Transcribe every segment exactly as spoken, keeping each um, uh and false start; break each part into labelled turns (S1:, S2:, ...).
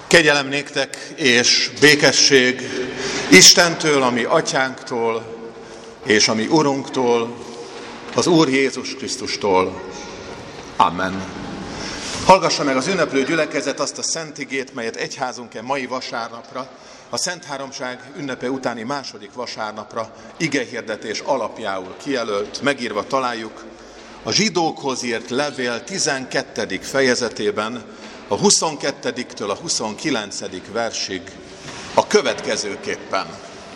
S1: Kegyelem néktek és békesség Istentől, a mi atyánktól, és a mi Urunktól, az Úr Jézus Krisztustól. Amen. Hallgassa meg az ünneplő gyülekezet azt a szent igét, melyet egyházunk-e mai vasárnapra, a Szent Háromság ünnepe utáni második vasárnapra igehirdetés alapjául kijelölt, megírva találjuk a zsidókhoz írt levél tizenkettedik fejezetében, a huszonkettediktől a huszonkilencedik versig a következőképpen.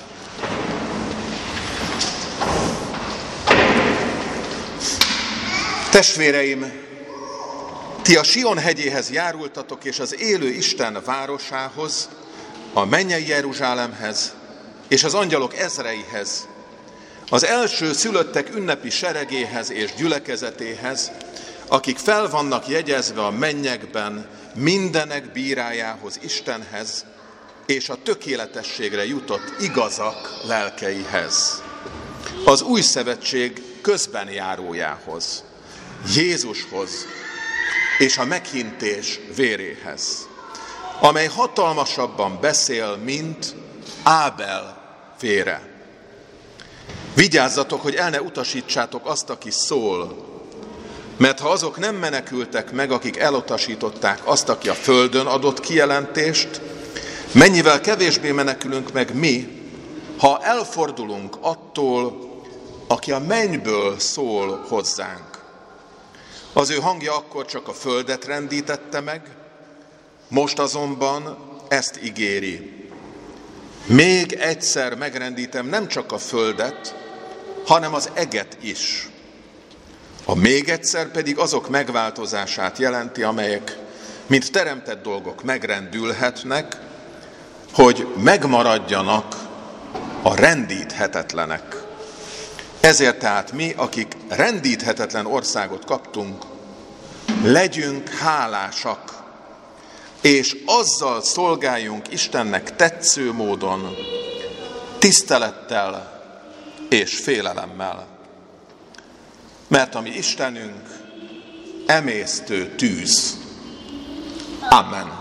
S1: Testvéreim, ti a Sion hegyéhez járultatok, és az élő Isten városához, a mennyei Jeruzsálemhez, és az angyalok ezreihez, az első szülöttek ünnepi seregéhez és gyülekezetéhez, akik fel vannak jegyezve a mennyekben mindenek bírájához, Istenhez, és a tökéletességre jutott igazak lelkeihez, az új szövetség közben járójához, Jézushoz és a meghintés véréhez, amely hatalmasabban beszél, mint Ábel vére. Vigyázzatok, hogy el ne utasítsátok azt, aki szól, mert ha azok nem menekültek meg, akik elutasították azt, aki a földön adott kijelentést, mennyivel kevésbé menekülünk meg mi, ha elfordulunk attól, aki a mennyből szól hozzánk. Az ő hangja akkor csak a földet rendítette meg, most azonban ezt ígéri. Még egyszer megrendítem nem csak a földet, hanem az eget is. A még egyszer pedig azok megváltozását jelenti, amelyek, mint teremtett dolgok megrendülhetnek, hogy megmaradjanak a rendíthetetlenek. Ezért tehát mi, akik rendíthetetlen országot kaptunk, legyünk hálásak, és azzal szolgáljunk Istennek tetsző módon, tisztelettel és félelemmel. Mert a mi Istenünk emésztő tűz. Amen.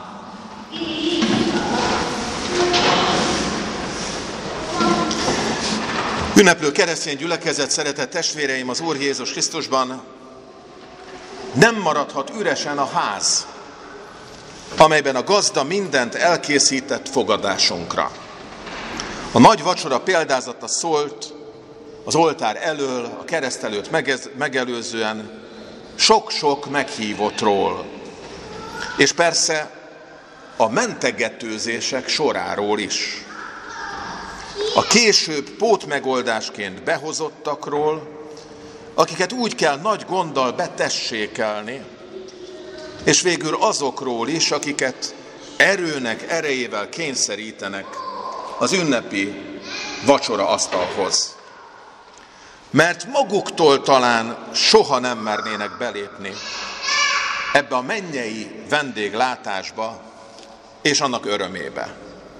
S1: Ünneplő keresztény gyülekezet, szeretett testvéreim az Úr Jézus Krisztusban, nem maradhat üresen a ház, amelyben a gazda mindent elkészített fogadásunkra. A nagy vacsora példázata szólt az oltár elől, a kereszt előtt megelőzően sok-sok meghívottról, és persze a mentegetőzések soráról is. A később pótmegoldásként behozottakról, akiket úgy kell nagy gonddal betessékelni, és végül azokról is, akiket erőnek erejével kényszerítenek az ünnepi vacsora asztalhoz. Mert maguktól talán soha nem mernének belépni ebbe a mennyei vendéglátásba és annak örömébe.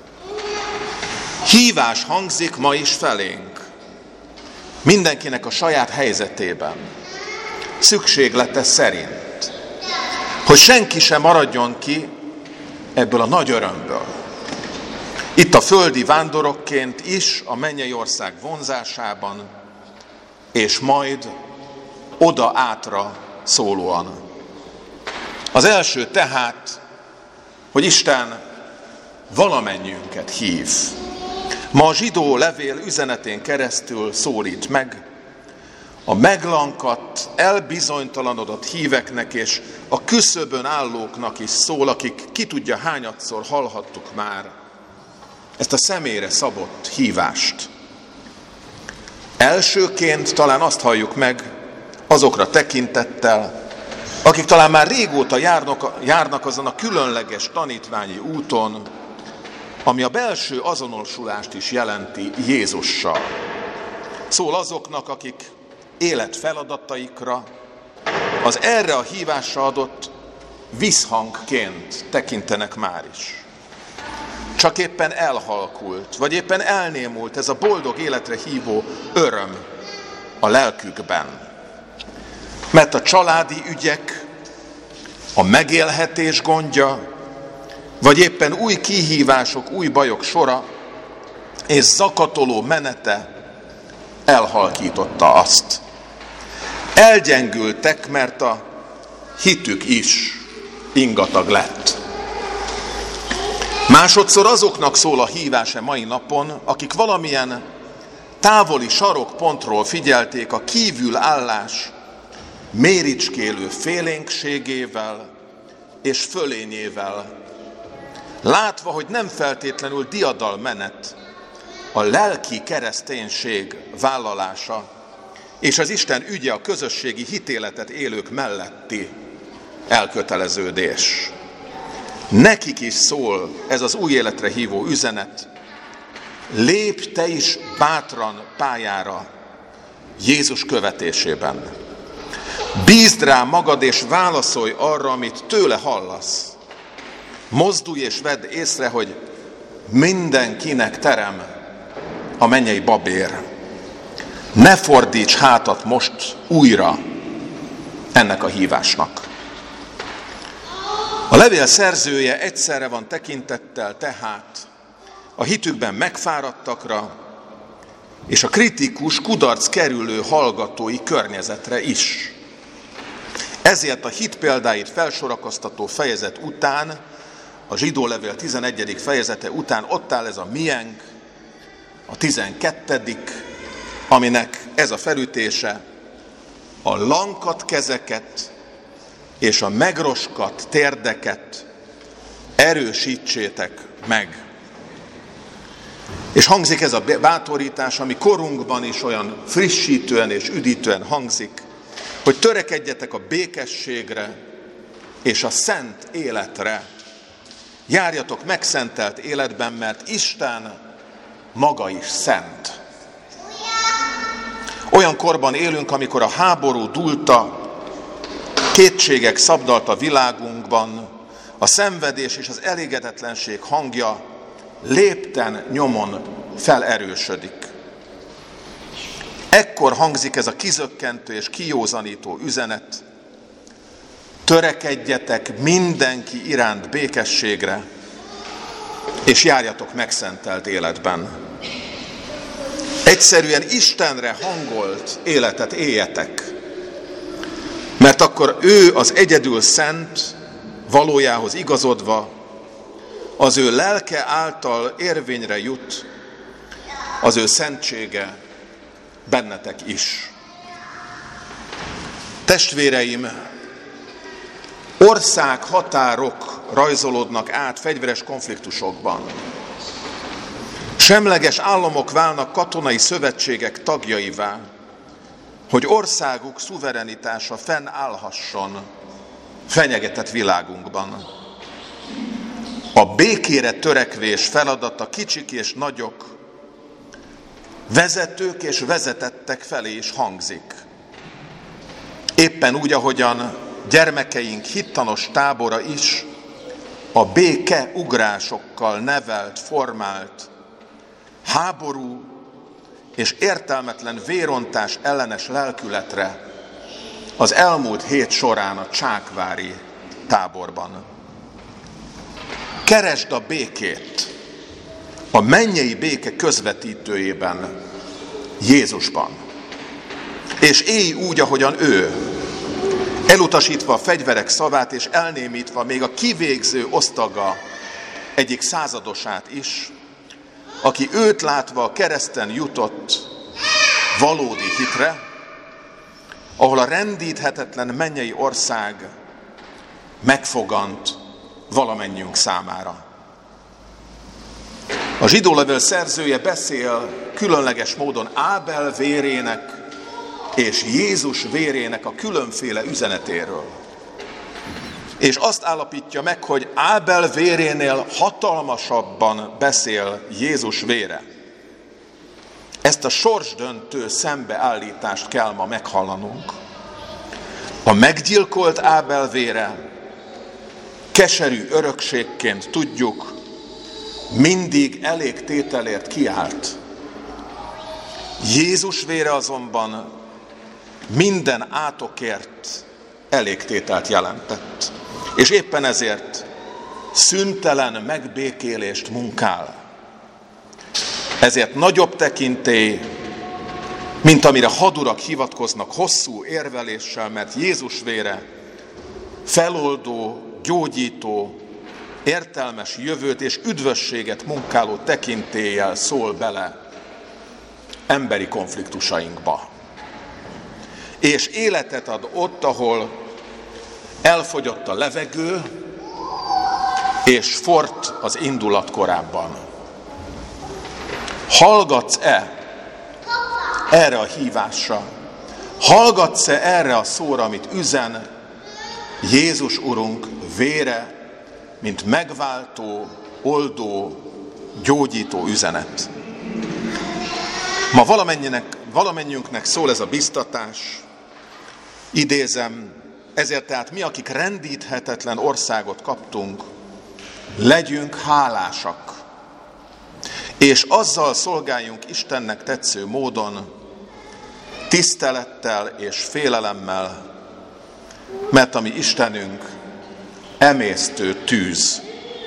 S1: Hívás hangzik ma is felénk, mindenkinek a saját helyzetében, szükséglete szerint, hogy senki sem maradjon ki ebből a nagy örömből. Itt a földi vándorokként is a mennyei ország vonzásában, és majd oda átra szólóan. Az első tehát, hogy Isten valamennyiünket hív. Ma a zsidó levél üzenetén keresztül szólít meg a meglankadt, elbizonytalanodott híveknek és a küszöbön állóknak is szól, akik ki tudja hányadszor hallhattuk már ezt a személyre szabott hívást. Elsőként talán azt halljuk meg azokra tekintettel, akik talán már régóta járnak, járnak azon a különleges tanítványi úton, ami a belső azonosulást is jelenti Jézussal. Szól azoknak, akik életfeladataikra az erre a hívásra adott visszhangként tekintenek már is. Csak éppen elhalkult, vagy éppen elnémult ez a boldog életre hívó öröm a lelkükben. Mert a családi ügyek, a megélhetés gondja vagy éppen új kihívások, új bajok sora és zakatoló menete elhalkította azt. Elgyengültek, mert a hitük is ingatag lett. Másodszor azoknak szól a hívás e mai napon, akik valamilyen távoli sarokpontról figyelték a kívülállás méricskélő félénkségével és fölényével, látva, hogy nem feltétlenül diadalmenet a lelki kereszténység vállalása és az Isten ügye a közösségi hitéletet élők melletti elköteleződés. Nekik is szól ez az új életre hívó üzenet. Lépj te is bátran pályára Jézus követésében. Bízd rá magad és válaszolj arra, amit tőle hallasz. Mozdulj és vedd észre, hogy mindenkinek terem a mennyei babér. Ne fordíts hátat most újra ennek a hívásnak. A levél szerzője egyszerre van tekintettel tehát a hitükben megfáradtakra és a kritikus, kudarc kerülő hallgatói környezetre is. Ezért a hit példáit felsorakoztató fejezet után, a zsidó levél tizenegyedik fejezete után ott áll ez a miénk, a tizenkettedik, aminek ez a felütése: a lankadt kezeket és a megroskat térdeket erősítsétek meg. És hangzik ez a bátorítás, ami korunkban is olyan frissítően és üdítően hangzik, hogy törekedjetek a békességre és a szent életre. Járjatok megszentelt életben, mert Isten maga is szent. Olyan korban élünk, amikor a háború dúlta, kétségek szabdalta világunkban, a szenvedés és az elégedetlenség hangja lépten nyomon felerősödik. Ekkor hangzik ez a kizökkentő és kijózanító üzenet: törekedjetek mindenki iránt békességre, és járjatok megszentelt életben. Egyszerűen Istenre hangolt életet éljetek, mert akkor ő az egyedül szent, valójához igazodva, az ő lelke által érvényre jut, az ő szentsége bennetek is. Testvéreim, országhatárok rajzolódnak át fegyveres konfliktusokban. Semleges államok válnak katonai szövetségek tagjaivá, hogy országuk szuverenitása fennállhasson fenyegetett világunkban. A békére törekvés feladata kicsik és nagyok, vezetők és vezetettek felé is hangzik. Éppen úgy, ahogyan gyermekeink hittanos tábora is a béke ugrásokkal nevelt, formált, háború és értelmetlen vérontás ellenes lelkületre az elmúlt hét során a csákvári táborban. Keresd a békét a mennyei béke közvetítőjében, Jézusban. És élj úgy, ahogyan ő, elutasítva a fegyverek szavát és elnémítva még a kivégző osztaga egyik századosát is, aki őt látva a kereszten jutott valódi hitre, ahol a rendíthetetlen mennyei ország megfogant valamennyiünk számára. A zsidó levél szerzője beszél különleges módon Ábel vérének és Jézus vérének a különféle üzenetéről. És azt állapítja meg, hogy Ábel vérénél hatalmasabban beszél Jézus vére. Ezt a sorsdöntő szembeállítást kell ma meghallanunk. A meggyilkolt Ábel vére keserű örökségként tudjuk, mindig elégtételért kiállt. Jézus vére azonban minden átokért elégtételt jelentett. És éppen ezért szüntelen megbékélést munkál. Ezért nagyobb tekintély, mint amire hadurak hivatkoznak hosszú érveléssel, mert Jézus vére feloldó, gyógyító, értelmes jövőt és üdvösséget munkáló tekintéllyel szól bele emberi konfliktusainkba. És életet ad ott, ahol elfogyott a levegő, és forrt az indulat korábban. Hallgatsz-e erre a hívásra? Hallgatsz-e erre a szóra, amit üzen Jézus Urunk vére, mint megváltó, oldó, gyógyító üzenet? Ma valamennyinek, valamennyiünknek szól ez a biztatás, idézem, ezért tehát mi, akik rendíthetetlen országot kaptunk, legyünk hálásak, és azzal szolgáljunk Istennek tetsző módon, tisztelettel és félelemmel, mert a mi Istenünk emésztő tűz.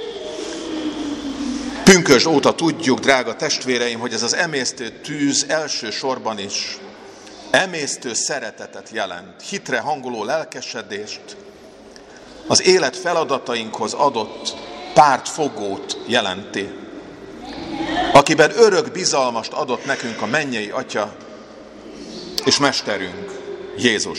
S1: Pünkösd óta tudjuk, drága testvéreim, hogy ez az emésztő tűz elsősorban is emésztő szeretetet jelent, hitre hangoló lelkesedést, az élet feladatainkhoz adott pártfogót jelenti, akiben örök bizalmast adott nekünk a mennyei Atya és Mesterünk, Jézus.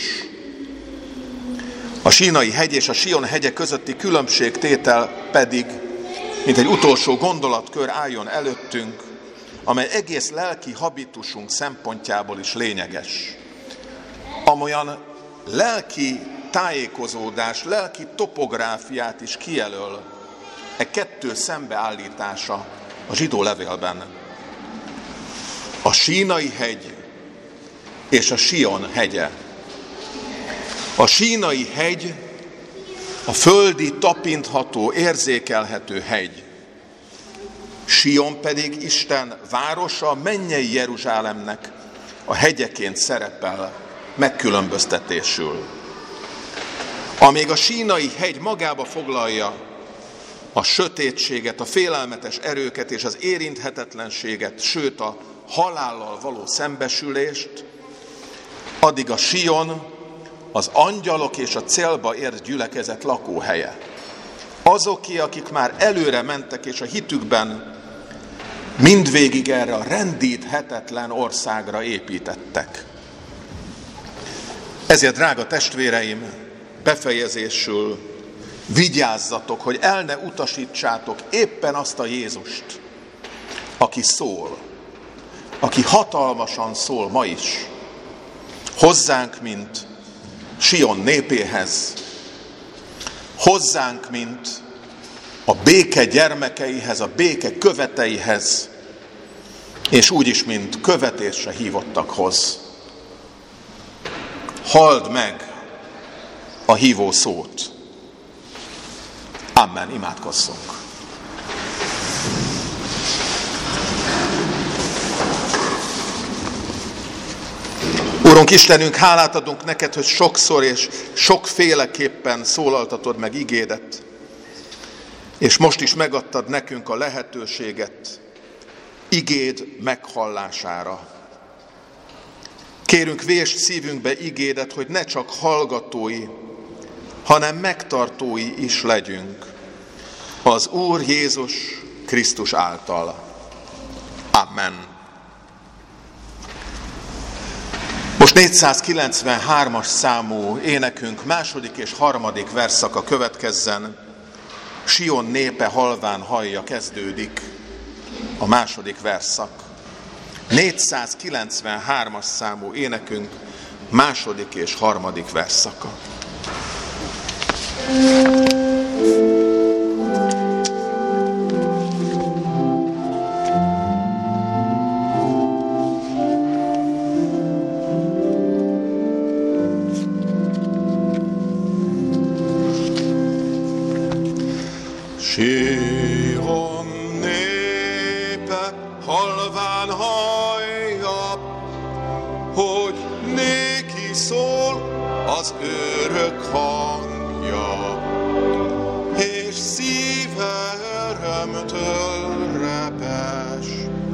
S1: A Sínai hegy és a Sion hegye közötti különbségtétel pedig, mint egy utolsó gondolatkör álljon előttünk, amely egész lelki habitusunk szempontjából is lényeges. Amolyan lelki tájékozódás, lelki topográfiát is kijelöl e kettő szembeállítása a zsidó levélben. A Sínai hegy és a Sion hegye. A Sínai hegy a földi, tapintható, érzékelhető hegy. Sion pedig Isten városa, mennyei Jeruzsálemnek a hegyeként szerepel, megkülönböztetésül. Amíg a Sínai hegy magába foglalja a sötétséget, a félelmetes erőket és az érinthetetlenséget, sőt a halállal való szembesülést, addig a Sion az angyalok és a célba ért gyülekezet lakóhelye. Azoké, akik már előre mentek és a hitükben mindvégig erre a rendíthetetlen országra építettek. Ezért, drága testvéreim, befejezésül vigyázzatok, hogy el ne utasítsátok éppen azt a Jézust, aki szól, aki hatalmasan szól ma is, hozzánk, mint Sion népéhez, hozzánk, mint a béke gyermekeihez, a béke követeihez, és úgyis, mint követésre hívottakhoz. Halld meg a hívó szót. Amen. Imádkozzunk. Úrunk Istenünk, hálát adunk neked, hogy sokszor és sokféleképpen szólaltatod meg igédet, és most is megadtad nekünk a lehetőséget igéd meghallására. Kérünk, vésd szívünkbe igédet, hogy ne csak hallgatói, hanem megtartói is legyünk az Úr Jézus Krisztus által. Amen. Most négyszázkilencvenhármas számú énekünk második és harmadik versszaka következzen. Sion népe halván hallja kezdődik a második versszak. négyszázkilencvenhármas számú énekünk második és harmadik versszaka.
S2: Sion népe halván hallja, hogy néki szól az örök hangja, és szíve örömtől repes.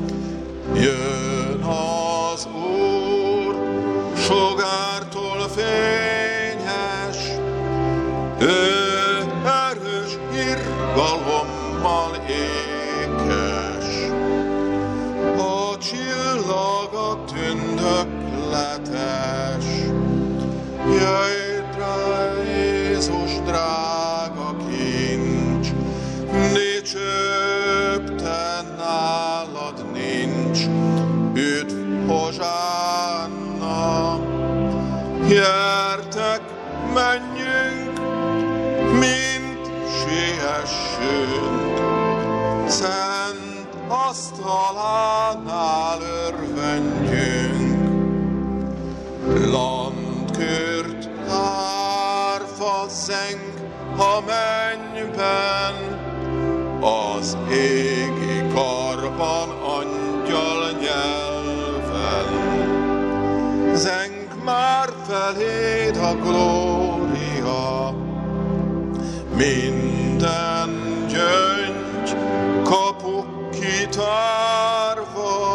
S2: Jön az Úr, sugártól fényes, ő erős irgalommal ékes. A csillaga tündökletes, jöjj rá, Jézus drága kincs, dicsőbb te nálad nincs. Üdv, hozsánna, gyertek, menjünk, mint siessünk, szent asztalánál örvendjünk. Landkürt hárfa zeng a mennyben, az égi karban angyal nyelven. Zeng már feléd a glória, minden gyöngy kapu kitárva,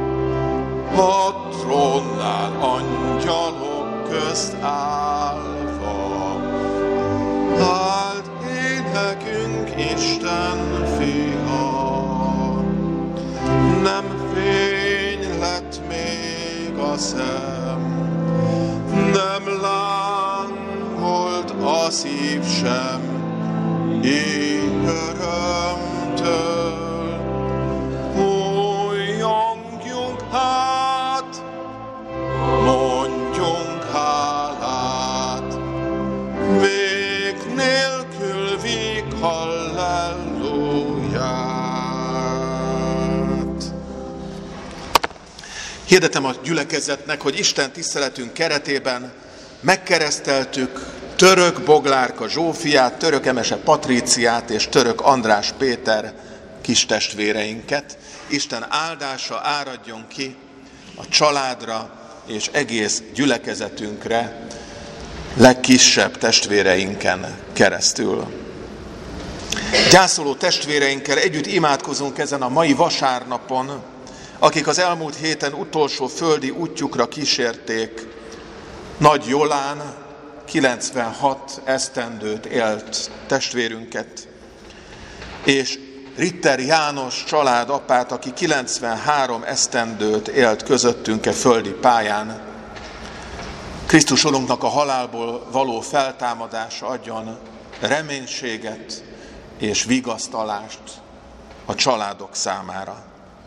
S2: a trónnál angyalok közt állva. Áld énekünk Isten fia, nem fény lett még a szem, nem lángolt a szív sem, éh örömtől. Újjongjunk hát, mondjunk hálát, vég nélkül víg halleluját.
S1: Hirdetem a gyülekezetnek, hogy Isten tiszteletünk keretében megkereszteltük Török Boglárka Zsófiát, Török Emese Patríciát és Török András Péter kistestvéreinket. Isten áldása áradjon ki a családra és egész gyülekezetünkre, legkisebb testvéreinken keresztül. Gyászoló testvéreinkkel együtt imádkozunk ezen a mai vasárnapon, akik az elmúlt héten utolsó földi útjukra kísérték Nagy Jolán, kilencvenhat esztendőt élt testvérünket, és Ritter János családapát, aki kilencvenhárom esztendőt élt közöttünk e földi pályán. Krisztus Urunknak a halálból való feltámadása adjon reménységet és vigasztalást a családok számára.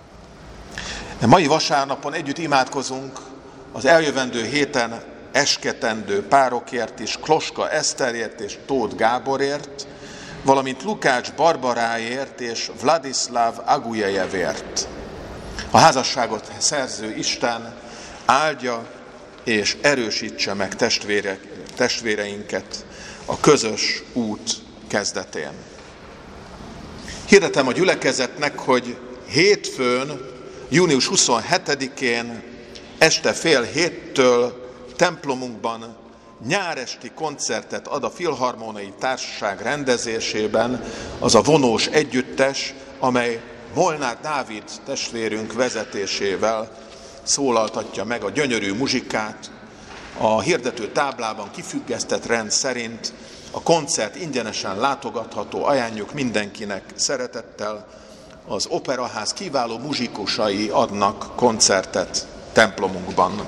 S1: De mai vasárnapon együtt imádkozunk az eljövendő héten esketendő párokért is, Kloska Eszterért és Tóth Gáborért, valamint Lukács Barbaráért és Vladislav Agujejevért. A házasságot szerző Isten áldja és erősítse meg testvére, testvéreinket a közös út kezdetén. Hirdetem a gyülekezetnek, hogy hétfőn, június huszonhetedikén este fél héttől templomunkban nyáresti koncertet ad a Filharmoniai Társaság rendezésében az a vonós együttes, amely Molnár Dávid testvérünk vezetésével szólaltatja meg a gyönyörű muzsikát. A hirdető táblában kifüggesztett rend szerint a koncert ingyenesen látogatható, ajánljuk mindenkinek szeretettel. Az Operaház kiváló muzsikusai adnak koncertet templomunkban.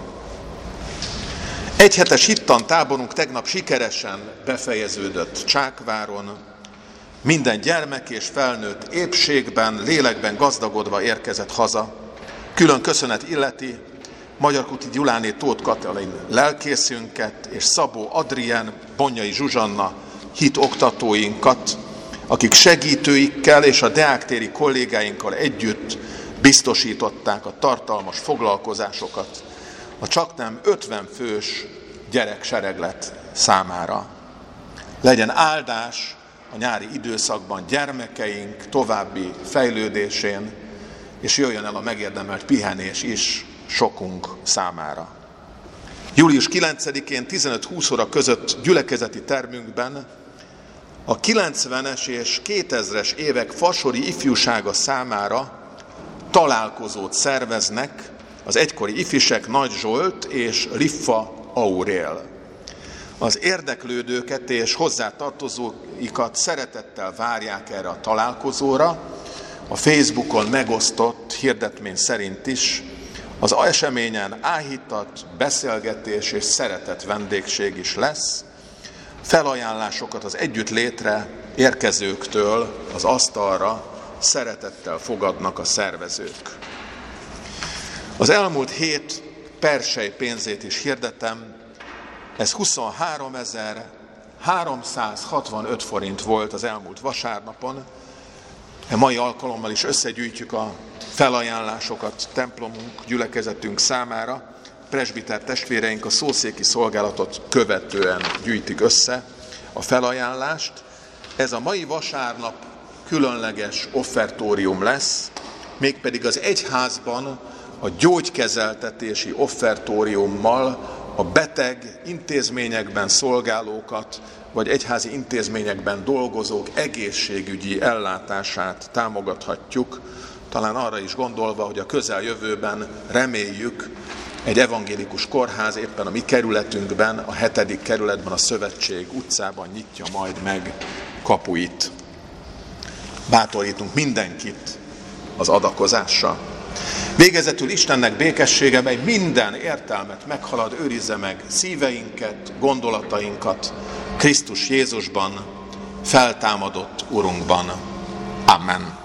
S1: Egyhetes hittan táborunk tegnap sikeresen befejeződött Csákváron. Minden gyermek és felnőtt épségben, lélekben gazdagodva érkezett haza. Külön köszönet illeti Magyarkuti Gyuláné Tóth Katalin lelkészünket és Szabó Adrien, Bonyai Zsuzsanna hitoktatóinkat, akik segítőikkel és a deáktéri kollégáinkkal együtt biztosították a tartalmas foglalkozásokat a csaknem ötven fős gyereksereglet számára. Legyen áldás a nyári időszakban gyermekeink további fejlődésén, és jöjjön el a megérdemelt pihenés is sokunk számára. július kilencedikén tizenöt-húsz óra között gyülekezeti termünkben A kilencvenes és kétezres évek fasori ifjúsága számára találkozót szerveznek az egykori ifisek Nagy Zsolt és Riffa Aurél. Az érdeklődőket és hozzátartozóikat szeretettel várják erre a találkozóra. A Facebookon megosztott hirdetmény szerint is az eseményen áhítat, beszélgetés és szeretett vendégség is lesz. Felajánlásokat az együttlétre érkezőktől az asztalra szeretettel fogadnak a szervezők. Az elmúlt hét persely pénzét is hirdetem, ez huszonháromezer-háromszázhatvanöt forint volt az elmúlt vasárnapon. E mai alkalommal is összegyűjtjük a felajánlásokat templomunk, gyülekezetünk számára. Presbiter testvéreink a szószéki szolgálatot követően gyűjtik össze a felajánlást. Ez a mai vasárnap különleges offertórium lesz, mégpedig az egyházban a gyógykezeltetési offertóriummal a beteg intézményekben szolgálókat, vagy egyházi intézményekben dolgozók egészségügyi ellátását támogathatjuk, talán arra is gondolva, hogy a közeljövőben reméljük, egy evangélikus kórház éppen a mi kerületünkben, a hetedik kerületben, a Szövetség utcában nyitja majd meg kapuit. Bátorítunk mindenkit az adakozásra. Végezetül Istennek békessége, mely minden értelmet meghalad, őrizze meg szíveinket, gondolatainkat Krisztus Jézusban, feltámadott Urunkban. Amen.